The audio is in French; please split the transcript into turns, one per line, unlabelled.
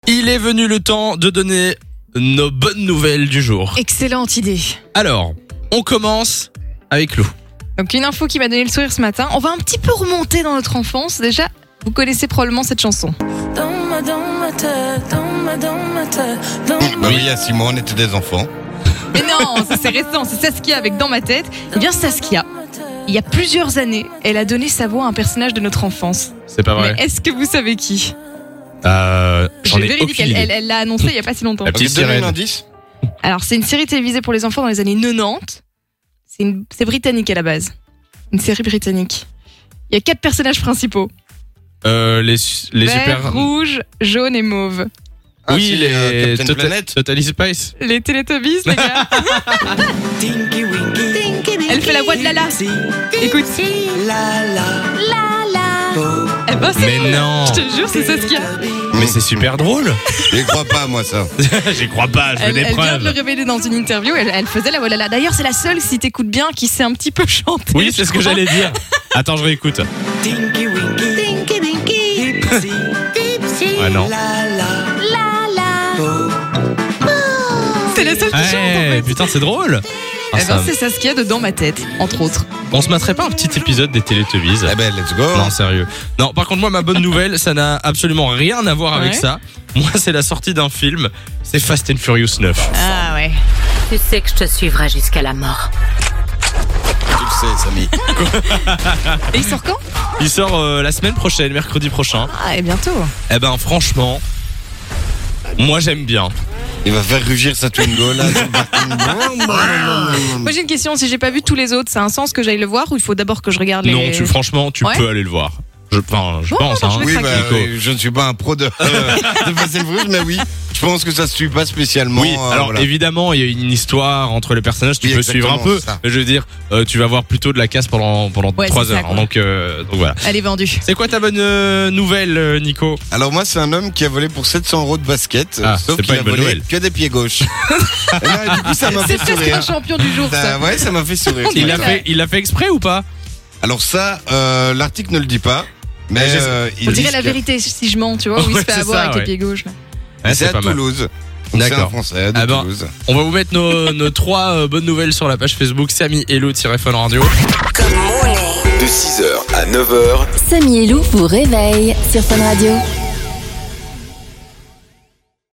Il est venu le temps de donner nos bonnes nouvelles du jour.
Excellente idée.
Alors, on commence avec Lou.
Donc une info qui m'a donné le sourire ce matin. On va un petit peu remonter dans notre enfance. Déjà, vous connaissez probablement cette chanson.
Oui, il y a 6 mois, on était des enfants.
Mais non, ça c'est récent, c'est Saskia avec Dans ma tête. Eh bien Saskia, il y a plusieurs années, elle a donné sa voix à un personnage de notre enfance.
C'est pas vrai.
Mais est-ce que vous savez qui?
J'en ai
véridique,
aucune idée.
elle l'a annoncé il y a pas si longtemps.
La petite
Donne un
sirène.
indice.
Alors c'est une série télévisée pour les enfants dans les années 90. C'est britannique à la base. Une série britannique. Il y a 4 personnages principaux.
Les
Vert,
super...
rouge, jaune et mauve.
Ah,
Oui,
si,
les
Captain Planet.
Totally Spice.
Les Teletubbies, les gars. Elle fait la voix de Lala. Écoute. Eh ben, c'est
Mais
vrai.
non.
Je te jure, c'est Saskia.
Mais c'est super drôle.
Je crois pas, moi, ça.
J'y crois pas, je veux
Elle
des
vient de
preuves.
le révéler dans une interview. Elle faisait la voix de Lala. D'ailleurs, c'est la seule, si t'écoutes bien, qui sait un petit peu chanter.
Oui, c'est ce que j'allais dire. Attends, je réécoute. Ouais, non.
C'est la seule qui chante en
Ouais,
fait.
putain, c'est drôle. Ah,
Eh ben, c'est Saskia de Dans ma tête, entre autres.
On se mettrait pas un petit épisode des Teletubbies?
Eh ben, let's go.
Non, sérieux. Non, par contre, moi, ma bonne nouvelle, ça n'a absolument rien à voir avec
Ouais.
ça. Moi, c'est la sortie d'un film. C'est Fast and Furious 9.
Ah ouais.
Tu sais que je te suivrai jusqu'à la mort.
Tu le sais, Samy.
Et il sort quand?
Il sort la semaine prochaine, mercredi prochain.
Ah, et bientôt.
Eh ben, franchement, moi, j'aime bien.
Il va faire rugir sa Twingo, là.
Moi, j'ai une question. Si j'ai pas vu tous les autres, ça a un sens que j'aille le voir ou il faut d'abord que je regarde les.
Non, franchement, tu
Ouais.
peux aller le voir. Je pense,
non,
hein.
je vais
Oui,
craquer.
bah, je ne suis pas un pro de Fast and Furious, mais oui. Je pense que ça se suit pas spécialement.
Oui, alors
voilà.
évidemment, il y a une histoire entre les personnages, tu
Oui,
peux suivre un
exactement,
peu.
ça.
Mais je veux dire, tu vas voir plutôt de la casse pendant
Ouais,
3
c'est ça,
heures.
quoi.
Donc voilà.
Elle est vendue.
C'est quoi ta bonne nouvelle, Nico?
Alors moi, c'est un homme qui a volé pour 700 € de basket,
Ah,
sauf
c'est pas
qu'il a
une bonne
volé
nouvelle.
que des pieds gauches. Et là, du coup, ça m'a
C'est
fait
presque
sourire.
un champion du jour, ça.
Ouais, ça m'a fait sourire.
Il
Ouais.
l'a fait exprès ou pas?
Alors ça, l'article ne le dit pas, mais il
On
dit
dirait la
que-
vérité si je mens, tu vois, où il
Ouais,
se fait
c'est
avoir
ça,
avec
ouais.
les pieds gauches. là.
Ouais,
c'est à
pas mal.
Toulouse. Donc, c'est un
D'accord.
Français de
Ah ben,
Toulouse.
On va vous mettre nos 3 bonnes nouvelles sur la page Facebook Samy Hello-Fun Radio.
De 6h à 9h,
Samy et Lou vous réveille sur Fun Radio.